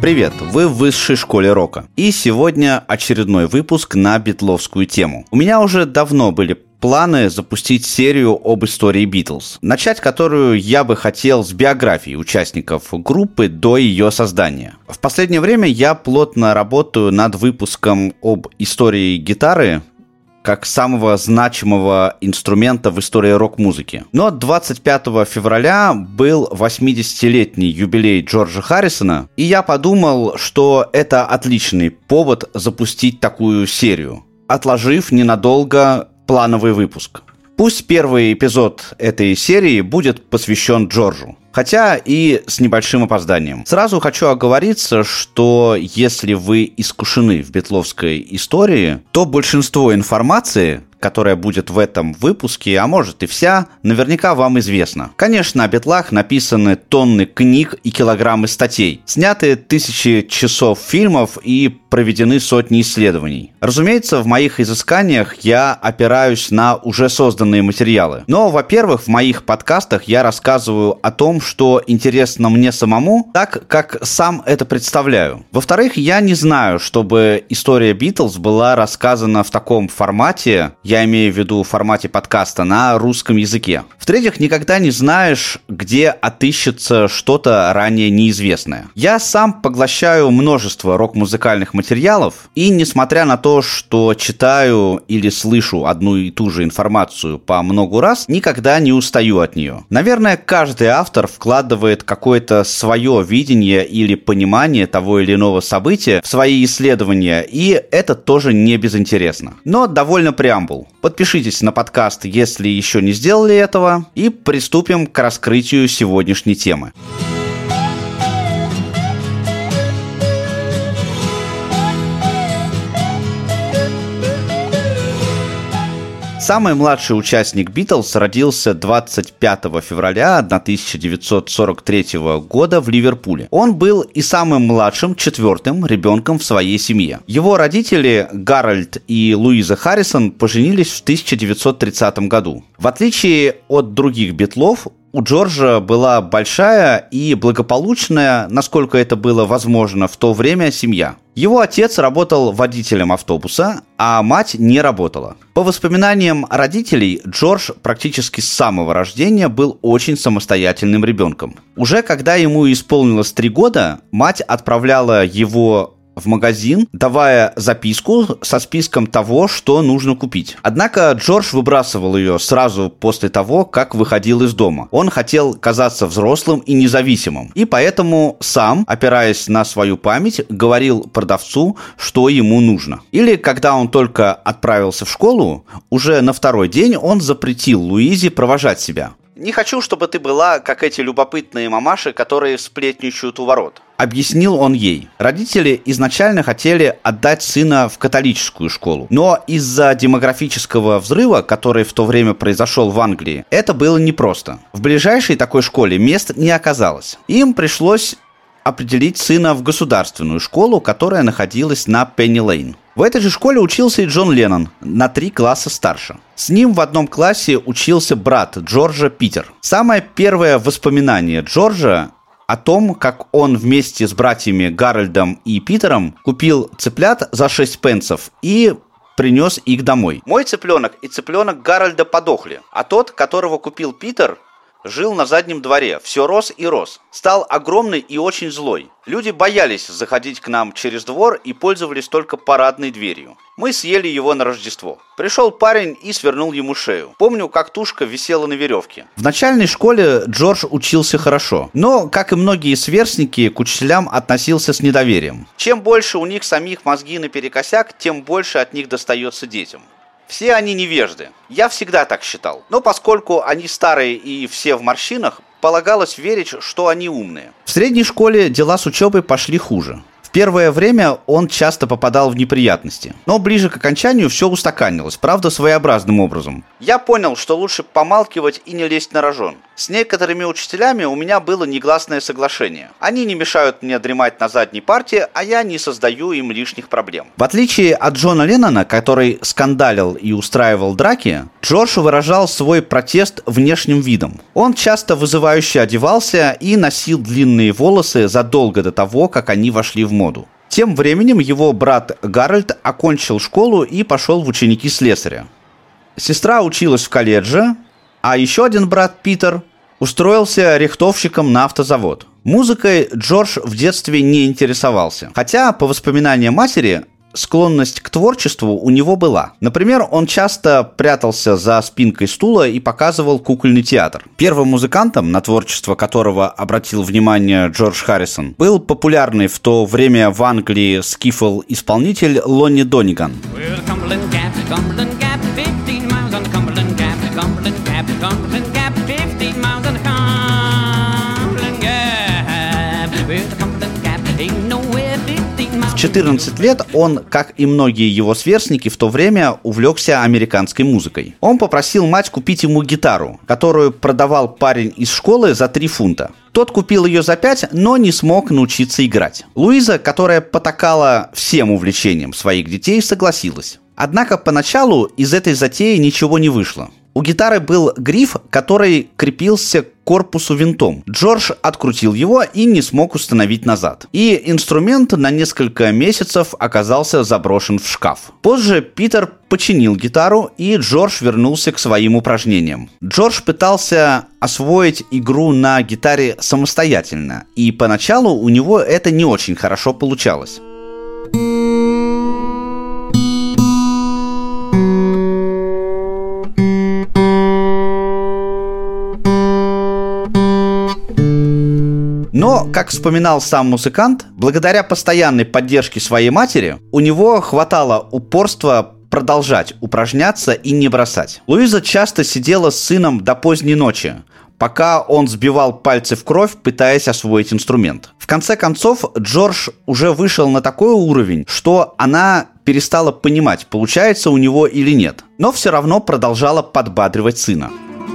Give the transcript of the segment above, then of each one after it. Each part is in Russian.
Привет, вы в высшей школе рока. И сегодня очередной выпуск на битловскую тему. У меня уже давно были планы запустить серию об истории Битлз, начать которую я бы хотел с биографии участников группы до ее создания. В последнее время я плотно работаю над выпуском об истории гитары как самого значимого инструмента в истории рок-музыки. Но 25 февраля был 80-летний юбилей Джорджа Харрисона, и я подумал, что это отличный повод запустить такую серию, отложив ненадолго плановый выпуск. Пусть первый эпизод этой серии будет посвящен Джорджу, хотя и с небольшим опозданием. Сразу хочу оговориться, что если вы искушены в битловской истории, то большинство информации, которая будет в этом выпуске, а может и вся, наверняка вам известна. Конечно, о битлах написаны тонны книг и килограммы статей, сняты тысячи часов фильмов и проведены сотни исследований. Разумеется, в моих изысканиях я опираюсь на уже созданные материалы. Но, во-первых, в моих подкастах я рассказываю о том, что интересно мне самому, так как сам это представляю. Во-вторых, я не знаю, чтобы история Битлз была рассказана в таком формате, я имею в виду в формате подкаста, на русском языке. В-третьих, никогда не знаешь, где отыщется что-то ранее неизвестное. Я сам поглощаю множество рок-музыкальных материалов, и несмотря на то, что читаю или слышу одну и ту же информацию по много раз, никогда не устаю от нее. Наверное, каждый автор вкладывает какое-то свое видение или понимание того или иного события в свои исследования, и это тоже не безинтересно. Но довольно преамбул. Подпишитесь на подкаст, если еще не сделали этого, и приступим к раскрытию сегодняшней темы. Самый младший участник Битлз родился 25 февраля 1943 года в Ливерпуле. Он был и самым младшим, четвертым ребенком в своей семье. Его родители, Гарольд и Луиза Харрисон, поженились в 1930 году. В отличие от других битлов, у Джорджа была большая и благополучная, насколько это было возможно в то время, семья. Его отец работал водителем автобуса, а мать не работала. По воспоминаниям родителей, Джордж практически с самого рождения был очень самостоятельным ребенком. Уже когда ему исполнилось 3 года, мать отправляла его в магазин, давая записку со списком того, что нужно купить. Однако Джордж выбрасывал ее сразу после того, как выходил из дома. Он хотел казаться взрослым и независимым, и поэтому сам, опираясь на свою память, говорил продавцу, что ему нужно. Или когда он только отправился в школу, уже на второй день он запретил Луизе провожать себя. «Не хочу, чтобы ты была, как эти любопытные мамаши, которые сплетничают у ворот», — объяснил он ей. Родители изначально хотели отдать сына в католическую школу, но из-за демографического взрыва, который в то время произошел в Англии, это было непросто. В ближайшей такой школе мест не оказалось. Им пришлось определить сына в государственную школу, которая находилась на Пенни-Лейн. В этой же школе учился и Джон Леннон, на 3 класса старше. С ним в одном классе учился брат Джорджа, Питер. Самое первое воспоминание Джорджа о том, как он вместе с братьями Гарольдом и Питером купил цыплят за 6 пенсов и принес их домой. «Мой цыпленок и цыпленок Гарольда подохли, а тот, которого купил Питер, жил на заднем дворе, все рос и рос. Стал огромный и очень злой. Люди боялись заходить к нам через двор и пользовались только парадной дверью. Мы съели его на Рождество. Пришел парень и свернул ему шею. Помню, как тушка висела на веревке». В начальной школе Джордж учился хорошо, но, как и многие сверстники, к учителям относился с недоверием. Чем больше у них самих мозги наперекосяк, тем больше от них достается детям. Все они невежды. Я всегда так считал. Но поскольку они старые и все в морщинах, полагалось верить, что они умные. В средней школе дела с учебой пошли хуже. В первое время он часто попадал в неприятности. Но ближе к окончанию все устаканилось, правда, своеобразным образом. Я понял, что лучше помалкивать и не лезть на рожон. С некоторыми учителями у меня было негласное соглашение. Они не мешают мне дремать на задней парте, а я не создаю им лишних проблем. В отличие от Джона Леннона, который скандалил и устраивал драки, Джордж выражал свой протест внешним видом. Он часто вызывающе одевался и носил длинные волосы задолго до того, как они вошли в моду. Тем временем его брат Гарольд окончил школу и пошел в ученики слесаря. Сестра училась в колледже, а еще один брат Питер устроился рихтовщиком на автозавод. Музыкой Джордж в детстве не интересовался, хотя, по воспоминаниям матери, склонность к творчеству у него была. Например, он часто прятался за спинкой стула и показывал кукольный театр. Первым музыкантом, на творчество которого обратил внимание Джордж Харрисон, был популярный в то время в Англии скифл-исполнитель Лонни Дониган. В 14 лет он, как и многие его сверстники, в то время увлекся американской музыкой. Он попросил мать купить ему гитару, которую продавал парень из школы за 3 фунта. Тот купил ее за 5, но не смог научиться играть. Луиза, которая потакала всем увлечениям своих детей, согласилась. Однако поначалу из этой затеи ничего не вышло. У гитары был гриф, который крепился к корпусу винтом. Джордж открутил его и не смог установить назад. И инструмент на несколько месяцев оказался заброшен в шкаф. Позже Питер починил гитару, и Джордж вернулся к своим упражнениям. Джордж пытался освоить игру на гитаре самостоятельно, и поначалу у него это не очень хорошо получалось. Но, как вспоминал сам музыкант, благодаря постоянной поддержке своей матери, у него хватало упорства продолжать упражняться и не бросать. Луиза часто сидела с сыном до поздней ночи, пока он сбивал пальцы в кровь, пытаясь освоить инструмент. В конце концов, Джордж уже вышел на такой уровень, что она перестала понимать, получается у него или нет, но все равно продолжала подбадривать сына.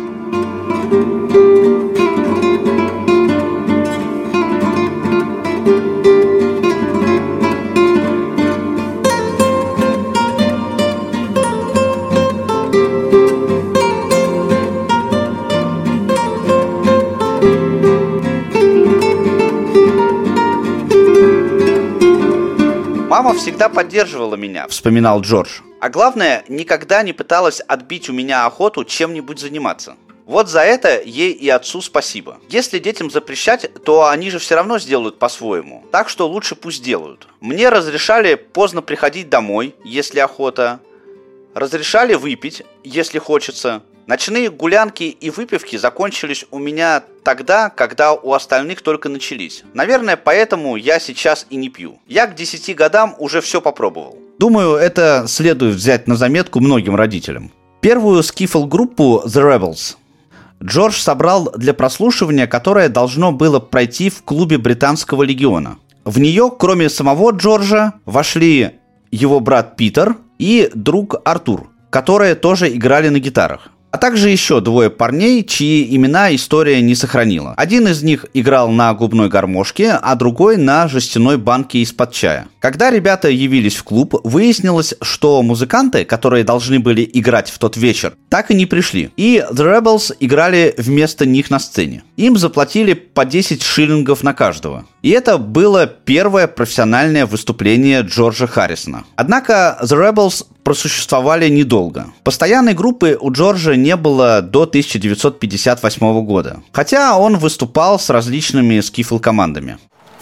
«Мама всегда поддерживала меня», — вспоминал Джордж. «А главное, никогда не пыталась отбить у меня охоту чем-нибудь заниматься. Вот за это ей и отцу спасибо. Если детям запрещать, то они же все равно сделают по-своему. Так что лучше пусть делают. Мне разрешали поздно приходить домой, если охота. Разрешали выпить, если хочется. Ночные гулянки и выпивки закончились у меня тогда, когда у остальных только начались. Наверное, поэтому я сейчас и не пью. Я к 10 годам уже все попробовал». Думаю, это следует взять на заметку многим родителям. Первую скифл-группу The Rebels Джордж собрал для прослушивания, которое должно было пройти в клубе Британского легиона. В нее, кроме самого Джорджа, вошли его брат Питер и друг Артур, которые тоже играли на гитарах. А также еще 2 парней, чьи имена история не сохранила. Один из них играл на губной гармошке, а другой на жестяной банке из-под чая. Когда ребята явились в клуб, выяснилось, что музыканты, которые должны были играть в тот вечер, так и не пришли. И The Rebels играли вместо них на сцене. Им заплатили по 10 шиллингов на каждого. И это было первое профессиональное выступление Джорджа Харрисона. Однако The Rebels просуществовали недолго. Постоянной группы у Джорджа не было до 1958 года, хотя он выступал с различными скифл-командами.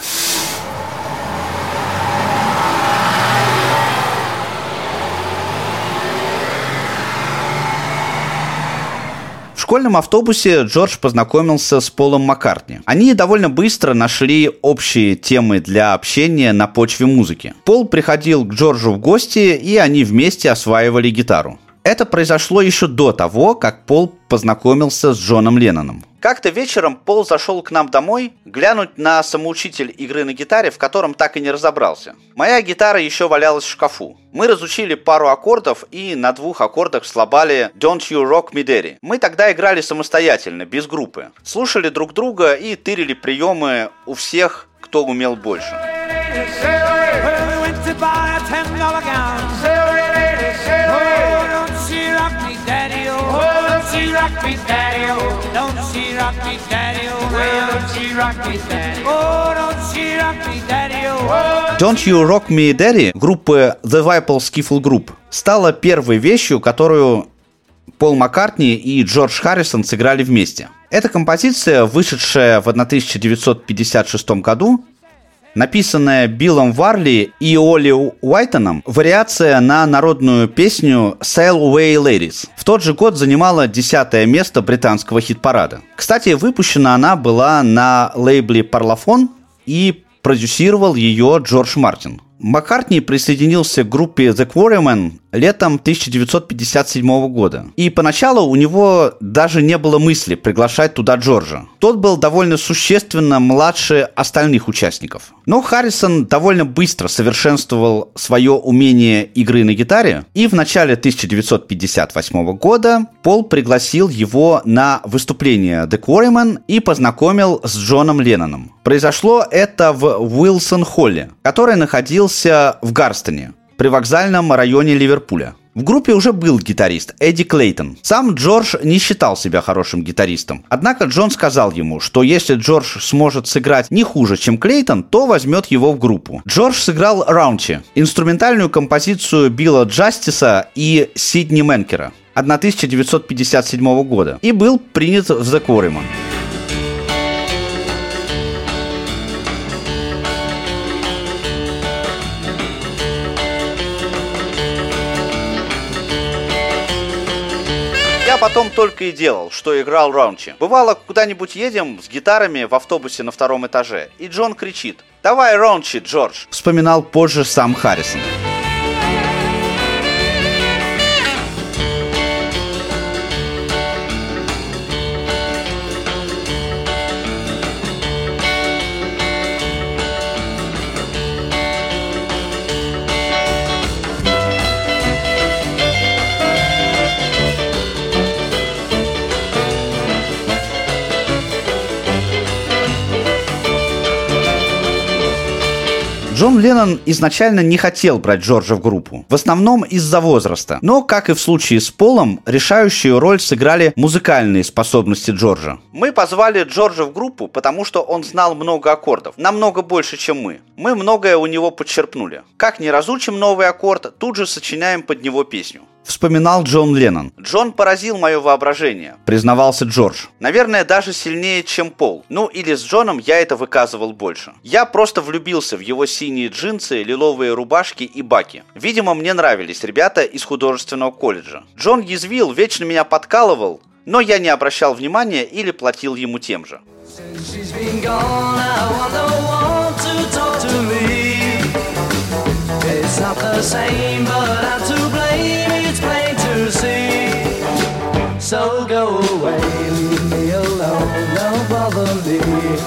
В школьном автобусе Джордж познакомился с Полом Маккартни. Они довольно быстро нашли общие темы для общения на почве музыки. Пол приходил к Джорджу в гости, и они вместе осваивали гитару. Это произошло еще до того, как Пол познакомился с Джоном Ленноном. Как-то вечером Пол зашел к нам домой глянуть на самоучитель игры на гитаре, в котором так и не разобрался. Моя гитара еще валялась в шкафу. Мы разучили пару аккордов и на 2 аккордах слабали «Don't You Rock Me Daddy». Мы тогда играли самостоятельно, без группы. Слушали друг друга и тырили приемы у всех, кто умел больше. Don't You Rock Me Daddy группы The Whipple Skiffle Group стала первой вещью, которую Пол Маккартни и Джордж Харрисон сыграли вместе. Эта композиция, вышедшая в 1956 году, написанная Биллом Варли и Олли Уайтоном, вариация на народную песню «Sail Away Ladies». В тот же год занимала 10-е место британского хит-парада. Кстати, выпущена она была на лейбле Parlophone и продюсировал ее Джордж Мартин. Маккартни присоединился к группе The Quarrymen летом 1957 года. И поначалу у него даже не было мысли приглашать туда Джорджа. Тот был довольно существенно младше остальных участников. Но Харрисон довольно быстро совершенствовал свое умение игры на гитаре, и в начале 1958 года Пол пригласил его на выступление The Quarrymen и познакомил с Джоном Ленноном. Произошло это в Уилсон-Холле, который находился в Гарстоне, при вокзальном районе Ливерпуля. В группе уже был гитарист Эдди Клейтон. Сам Джордж не считал себя хорошим гитаристом. Однако Джон сказал ему, что если Джордж сможет сыграть не хуже, чем Клейтон, то возьмет его в группу. Джордж сыграл «Раунчи», инструментальную композицию Билла Джастиса и Сидни Менкера 1957 года, и был принят в The Quarrymen. Я потом только и делал, что играл раунчи. Бывало, куда-нибудь едем с гитарами в автобусе на 2-м этаже, и Джон кричит: «Давай раунчи, Джордж!» Вспоминал позже сам Харрисон. Джон Леннон изначально не хотел брать Джорджа в группу, в основном из-за возраста. Но, как и в случае с Полом, решающую роль сыграли музыкальные способности Джорджа. Мы позвали Джорджа в группу, потому что он знал много аккордов, намного больше, чем мы. Мы многое у него подчерпнули. Как не разучим новый аккорд, тут же сочиняем под него песню. Вспоминал Джон Леннон. «Джон поразил мое воображение», признавался Джордж. «Наверное, даже сильнее, чем Пол. Ну, или с Джоном я это выказывал больше. Я просто влюбился в его синие джинсы, лиловые рубашки и баки. Видимо, мне нравились ребята из художественного колледжа. Джон язвил, вечно меня подкалывал, но я не обращал внимания или платил ему тем же». So go away, leave me alone, don't bother me.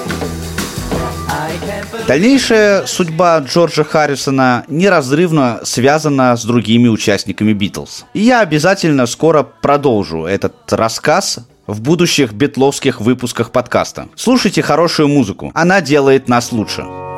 Дальнейшая судьба Джорджа Харрисона неразрывно связана с другими участниками Битлз. И я обязательно скоро продолжу этот рассказ в будущих битловских выпусках подкаста. Слушайте хорошую музыку, она делает нас лучше.